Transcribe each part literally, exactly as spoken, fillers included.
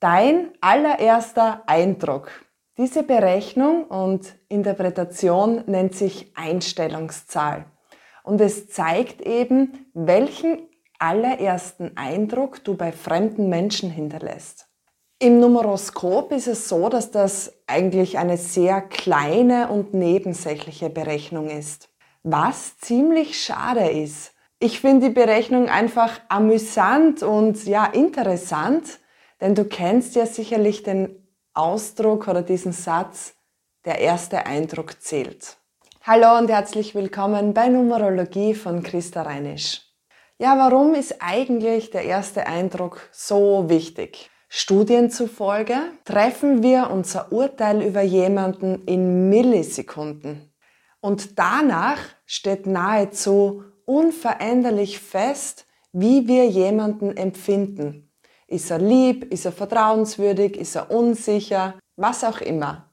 Dein allererster Eindruck. Diese Berechnung und Interpretation nennt sich Einstellungszahl. Und es zeigt eben, welchen allerersten Eindruck du bei fremden Menschen hinterlässt. Im Numeroskop ist es so, dass das eigentlich eine sehr kleine und nebensächliche Berechnung ist. Was ziemlich schade ist. Ich finde die Berechnung einfach amüsant und ja interessant, denn du kennst ja sicherlich den Ausdruck oder diesen Satz, der erste Eindruck zählt. Hallo und herzlich willkommen bei Numerologie von Christa Reinisch. Ja, warum ist eigentlich der erste Eindruck so wichtig? Studien zufolge treffen wir unser Urteil über jemanden in Millisekunden. Und danach steht nahezu unveränderlich fest, wie wir jemanden empfinden. Ist er lieb? Ist er vertrauenswürdig? Ist er unsicher? Was auch immer.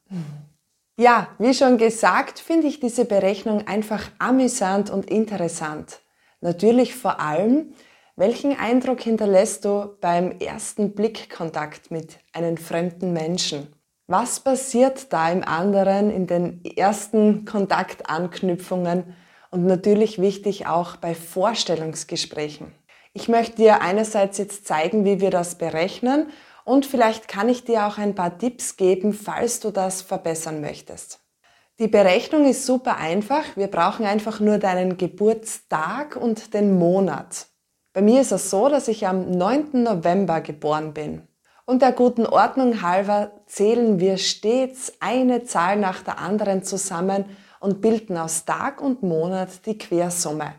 Ja, wie schon gesagt, finde ich diese Berechnung einfach amüsant und interessant. Natürlich vor allem, welchen Eindruck hinterlässt du beim ersten Blickkontakt mit einem fremden Menschen? Was passiert da im anderen in den ersten Kontaktanknüpfungen und natürlich wichtig auch bei Vorstellungsgesprächen? Ich möchte dir einerseits jetzt zeigen, wie wir das berechnen und vielleicht kann ich dir auch ein paar Tipps geben, falls du das verbessern möchtest. Die Berechnung ist super einfach. Wir brauchen einfach nur deinen Geburtstag und den Monat. Bei mir ist es so, dass ich am neunten November geboren bin. Und der guten Ordnung halber zählen wir stets eine Zahl nach der anderen zusammen und bilden aus Tag und Monat die Quersumme.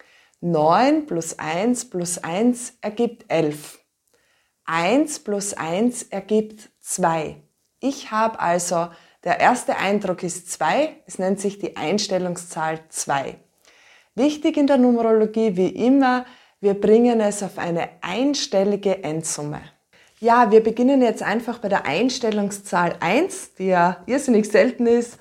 neun plus eins plus eins ergibt elf. eins plus eins ergibt zwei. Ich habe also, der erste Eindruck ist zwei, es nennt sich die Einstellungszahl zwei. Wichtig in der Numerologie wie immer, wir bringen es auf eine einstellige Endsumme. Ja, wir beginnen jetzt einfach bei der Einstellungszahl eins, die ja irrsinnig selten ist,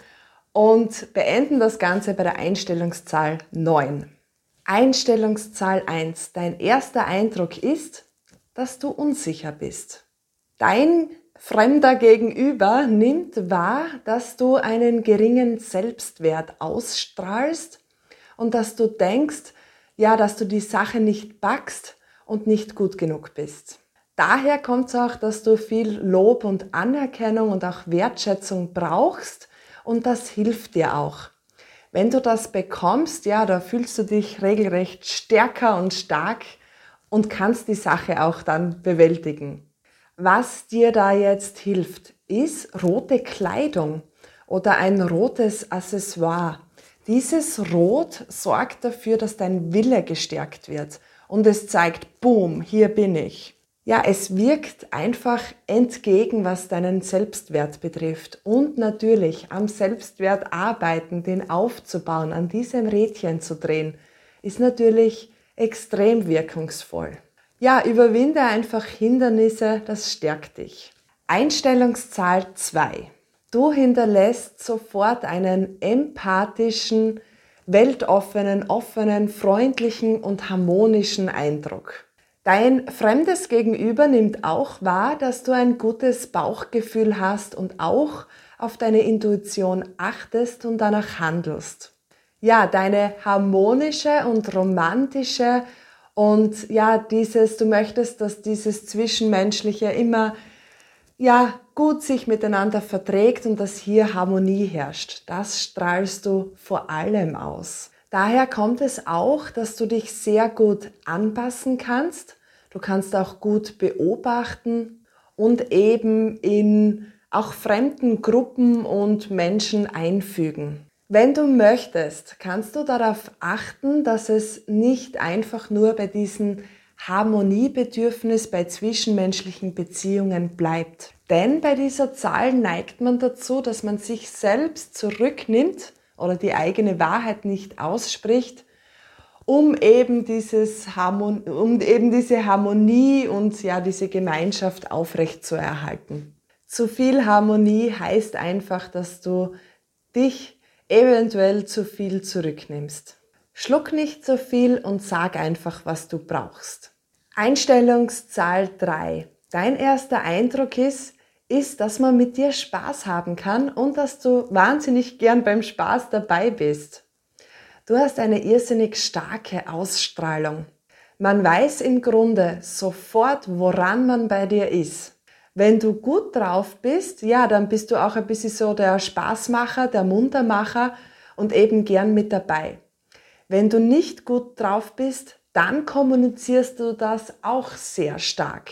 und beenden das Ganze bei der Einstellungszahl neun. Einstellungszahl eins. Dein erster Eindruck ist, dass du unsicher bist. Dein fremder Gegenüber nimmt wahr, dass du einen geringen Selbstwert ausstrahlst und dass du denkst, ja, dass du die Sache nicht packst und nicht gut genug bist. Daher kommt es auch, dass du viel Lob und Anerkennung und auch Wertschätzung brauchst und das hilft dir auch. Wenn du das bekommst, ja, da fühlst du dich regelrecht stärker und stark und kannst die Sache auch dann bewältigen. Was dir da jetzt hilft, ist rote Kleidung oder ein rotes Accessoire. Dieses Rot sorgt dafür, dass dein Wille gestärkt wird und es zeigt, boom, hier bin ich. Ja, es wirkt einfach entgegen, was deinen Selbstwert betrifft. Und natürlich am Selbstwert arbeiten, den aufzubauen, an diesem Rädchen zu drehen, ist natürlich extrem wirkungsvoll. Ja, überwinde einfach Hindernisse, das stärkt dich. Einstellungszahl zwei. Du hinterlässt sofort einen empathischen, weltoffenen, offenen, freundlichen und harmonischen Eindruck. Dein fremdes Gegenüber nimmt auch wahr, dass du ein gutes Bauchgefühl hast und auch auf deine Intuition achtest und danach handelst. Ja, deine harmonische und romantische und ja, dieses, du möchtest, dass dieses Zwischenmenschliche immer ja, gut sich miteinander verträgt und dass hier Harmonie herrscht. Das strahlst du vor allem aus. Daher kommt es auch, dass du dich sehr gut anpassen kannst. Du kannst auch gut beobachten und eben in auch fremden Gruppen und Menschen einfügen. Wenn du möchtest, kannst du darauf achten, dass es nicht einfach nur bei diesem Harmoniebedürfnis bei zwischenmenschlichen Beziehungen bleibt. Denn bei dieser Zahl neigt man dazu, dass man sich selbst zurücknimmt oder die eigene Wahrheit nicht ausspricht, um eben dieses Harmon- um eben diese Harmonie und ja diese Gemeinschaft aufrechtzuerhalten. Zu viel Harmonie heißt einfach, dass du dich eventuell zu viel zurücknimmst. Schluck nicht so viel und sag einfach, was du brauchst. Einstellungszahl drei. Dein erster Eindruck ist, ist, dass man mit dir Spaß haben kann und dass du wahnsinnig gern beim Spaß dabei bist. Du hast eine irrsinnig starke Ausstrahlung. Man weiß im Grunde sofort, woran man bei dir ist. Wenn du gut drauf bist, ja, dann bist du auch ein bisschen so der Spaßmacher, der Muntermacher und eben gern mit dabei. Wenn du nicht gut drauf bist, dann kommunizierst du das auch sehr stark.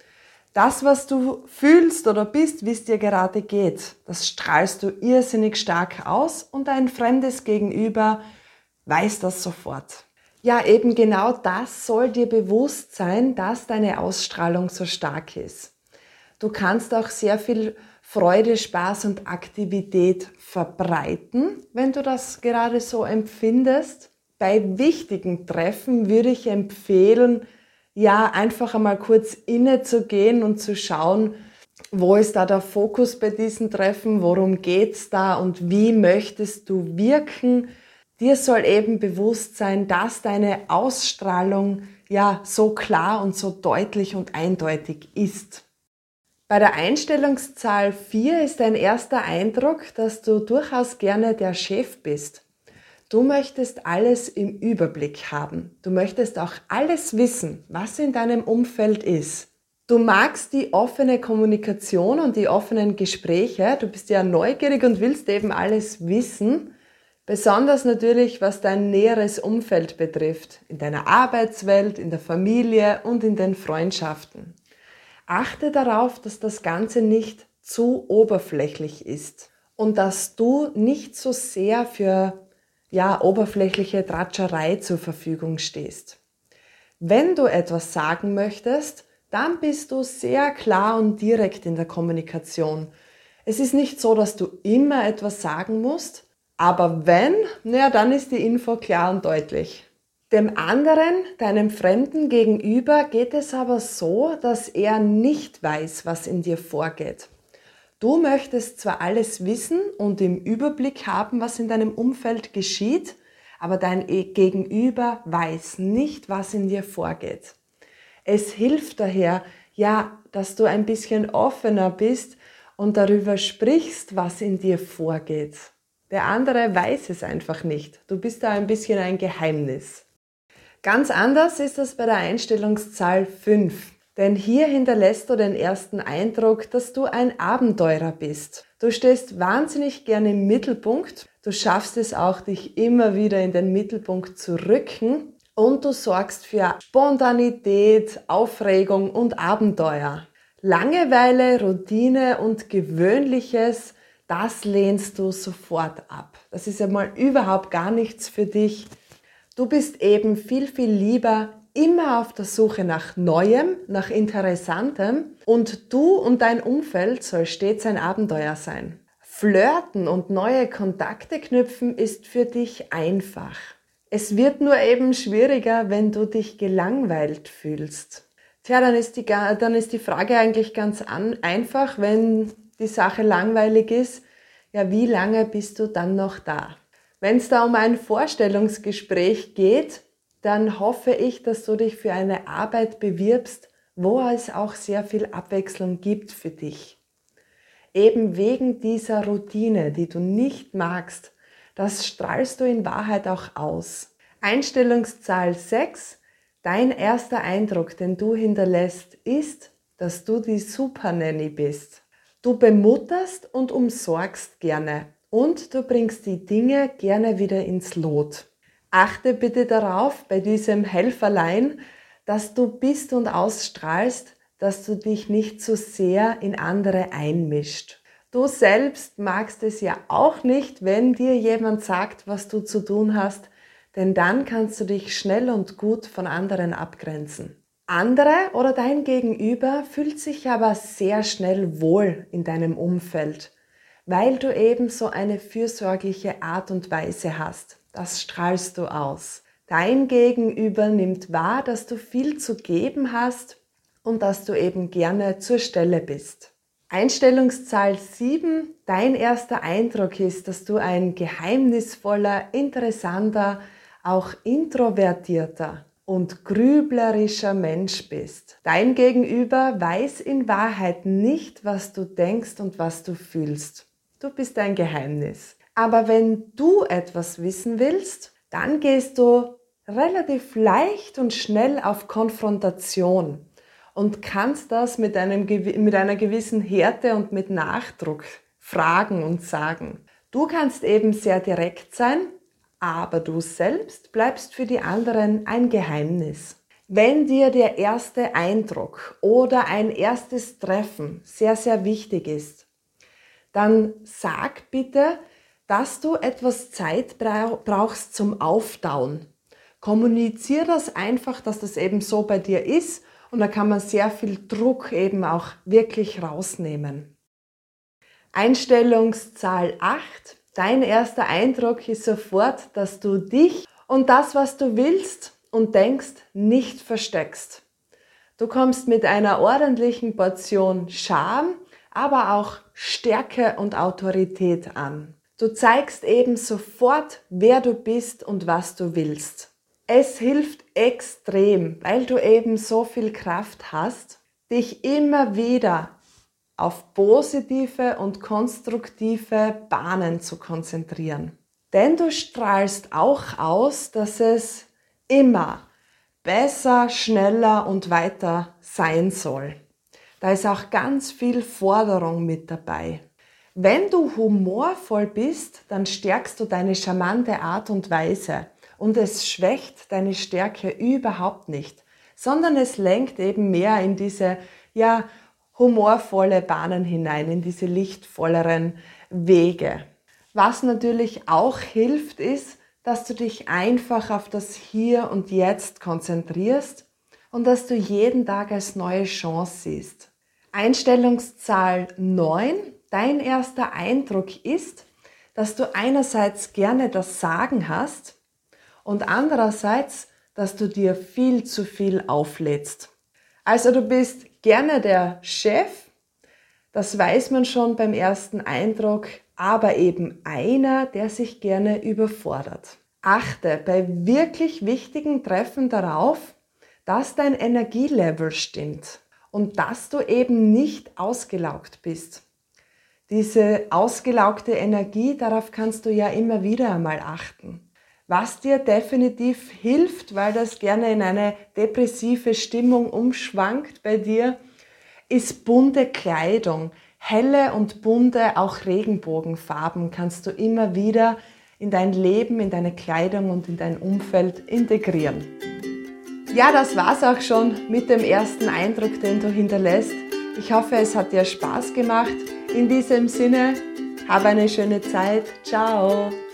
Das, was du fühlst oder bist, wie es dir gerade geht, das strahlst du irrsinnig stark aus und ein fremdes Gegenüber weiß das sofort. Ja, eben genau das soll dir bewusst sein, dass deine Ausstrahlung so stark ist. Du kannst auch sehr viel Freude, Spaß und Aktivität verbreiten, wenn du das gerade so empfindest. Bei wichtigen Treffen würde ich empfehlen, ja, einfach einmal kurz innezugehen und zu schauen, wo ist da der Fokus bei diesen Treffen, worum geht's da und wie möchtest du wirken. Dir soll eben bewusst sein, dass deine Ausstrahlung ja so klar und so deutlich und eindeutig ist. Bei der Einstellungszahl vier ist dein erster Eindruck, dass du durchaus gerne der Chef bist. Du möchtest alles im Überblick haben. Du möchtest auch alles wissen, was in deinem Umfeld ist. Du magst die offene Kommunikation und die offenen Gespräche. Du bist ja neugierig und willst eben alles wissen. Besonders natürlich, was dein näheres Umfeld betrifft. In deiner Arbeitswelt, in der Familie und in den Freundschaften. Achte darauf, dass das Ganze nicht zu oberflächlich ist und dass du nicht so sehr für ja, oberflächliche Tratscherei zur Verfügung stehst. Wenn du etwas sagen möchtest, dann bist du sehr klar und direkt in der Kommunikation. Es ist nicht so, dass du immer etwas sagen musst, aber wenn, naja, dann ist die Info klar und deutlich. Dem anderen, deinem Fremden gegenüber, geht es aber so, dass er nicht weiß, was in dir vorgeht. Du möchtest zwar alles wissen und im Überblick haben, was in deinem Umfeld geschieht, aber dein Gegenüber weiß nicht, was in dir vorgeht. Es hilft daher, ja, dass du ein bisschen offener bist und darüber sprichst, was in dir vorgeht. Der andere weiß es einfach nicht. Du bist da ein bisschen ein Geheimnis. Ganz anders ist das bei der Einstellungszahl fünf. Denn hier hinterlässt du den ersten Eindruck, dass du ein Abenteurer bist. Du stehst wahnsinnig gerne im Mittelpunkt. Du schaffst es auch, dich immer wieder in den Mittelpunkt zu rücken. Und du sorgst für Spontanität, Aufregung und Abenteuer. Langeweile, Routine und Gewöhnliches, das lehnst du sofort ab. Das ist einmal überhaupt gar nichts für dich. Du bist eben viel, viel lieber immer auf der Suche nach Neuem, nach Interessantem und du und dein Umfeld soll stets ein Abenteuer sein. Flirten und neue Kontakte knüpfen ist für dich einfach. Es wird nur eben schwieriger, wenn du dich gelangweilt fühlst. Tja, dann ist die, dann ist die Frage eigentlich ganz an, einfach, wenn die Sache langweilig ist, ja, wie lange bist du dann noch da? Wenn es da um ein Vorstellungsgespräch geht, dann hoffe ich, dass du dich für eine Arbeit bewirbst, wo es auch sehr viel Abwechslung gibt für dich. Eben wegen dieser Routine, die du nicht magst, das strahlst du in Wahrheit auch aus. Einstellungszahl sechs, dein erster Eindruck, den du hinterlässt, ist, dass du die Supernanny bist. Du bemutterst und umsorgst gerne. Und du bringst die Dinge gerne wieder ins Lot. Achte bitte darauf, bei diesem Helferlein, dass du bist und ausstrahlst, dass du dich nicht zu sehr in andere einmischt. Du selbst magst es ja auch nicht, wenn dir jemand sagt, was du zu tun hast, denn dann kannst du dich schnell und gut von anderen abgrenzen. Andere oder dein Gegenüber fühlt sich aber sehr schnell wohl in deinem Umfeld, weil du eben so eine fürsorgliche Art und Weise hast. Das strahlst du aus. Dein Gegenüber nimmt wahr, dass du viel zu geben hast und dass du eben gerne zur Stelle bist. Einstellungszahl sieben, dein erster Eindruck ist, dass du ein geheimnisvoller, interessanter, auch introvertierter und grüblerischer Mensch bist. Dein Gegenüber weiß in Wahrheit nicht, was du denkst und was du fühlst. Du bist ein Geheimnis. Aber wenn du etwas wissen willst, dann gehst du relativ leicht und schnell auf Konfrontation und kannst das mit, einem, mit einer gewissen Härte und mit Nachdruck fragen und sagen. Du kannst eben sehr direkt sein, aber du selbst bleibst für die anderen ein Geheimnis. Wenn dir der erste Eindruck oder ein erstes Treffen sehr, sehr wichtig ist, dann sag bitte, dass du etwas Zeit brauchst zum Auftauen. Kommunizier das einfach, dass das eben so bei dir ist und da kann man sehr viel Druck eben auch wirklich rausnehmen. Einstellungszahl acht. Dein erster Eindruck ist sofort, dass du dich und das, was du willst und denkst, nicht versteckst. Du kommst mit einer ordentlichen Portion Charme, aber auch Stärke und Autorität an. Du zeigst eben sofort, wer du bist und was du willst. Es hilft extrem, weil du eben so viel Kraft hast, dich immer wieder auf positive und konstruktive Bahnen zu konzentrieren. Denn du strahlst auch aus, dass es immer besser, schneller und weiter sein soll. Da ist auch ganz viel Forderung mit dabei. Wenn du humorvoll bist, dann stärkst du deine charmante Art und Weise und es schwächt deine Stärke überhaupt nicht, sondern es lenkt eben mehr in diese, ja, humorvolle Bahnen hinein, in diese lichtvolleren Wege. Was natürlich auch hilft, ist, dass du dich einfach auf das Hier und Jetzt konzentrierst und dass du jeden Tag als neue Chance siehst. Einstellungszahl neun. Dein erster Eindruck ist, dass du einerseits gerne das Sagen hast und andererseits, dass du dir viel zu viel auflädst. Also du bist gerne der Chef, das weiß man schon beim ersten Eindruck, aber eben einer, der sich gerne überfordert. Achte bei wirklich wichtigen Treffen darauf, dass dein Energielevel stimmt und dass du eben nicht ausgelaugt bist. Diese ausgelaugte Energie, darauf kannst du ja immer wieder einmal achten. Was dir definitiv hilft, weil das gerne in eine depressive Stimmung umschwankt bei dir, ist bunte Kleidung. Helle und bunte, auch Regenbogenfarben kannst du immer wieder in dein Leben, in deine Kleidung und in dein Umfeld integrieren. Ja, das war's auch schon mit dem ersten Eindruck, den du hinterlässt. Ich hoffe, es hat dir Spaß gemacht. In diesem Sinne, hab eine schöne Zeit. Ciao!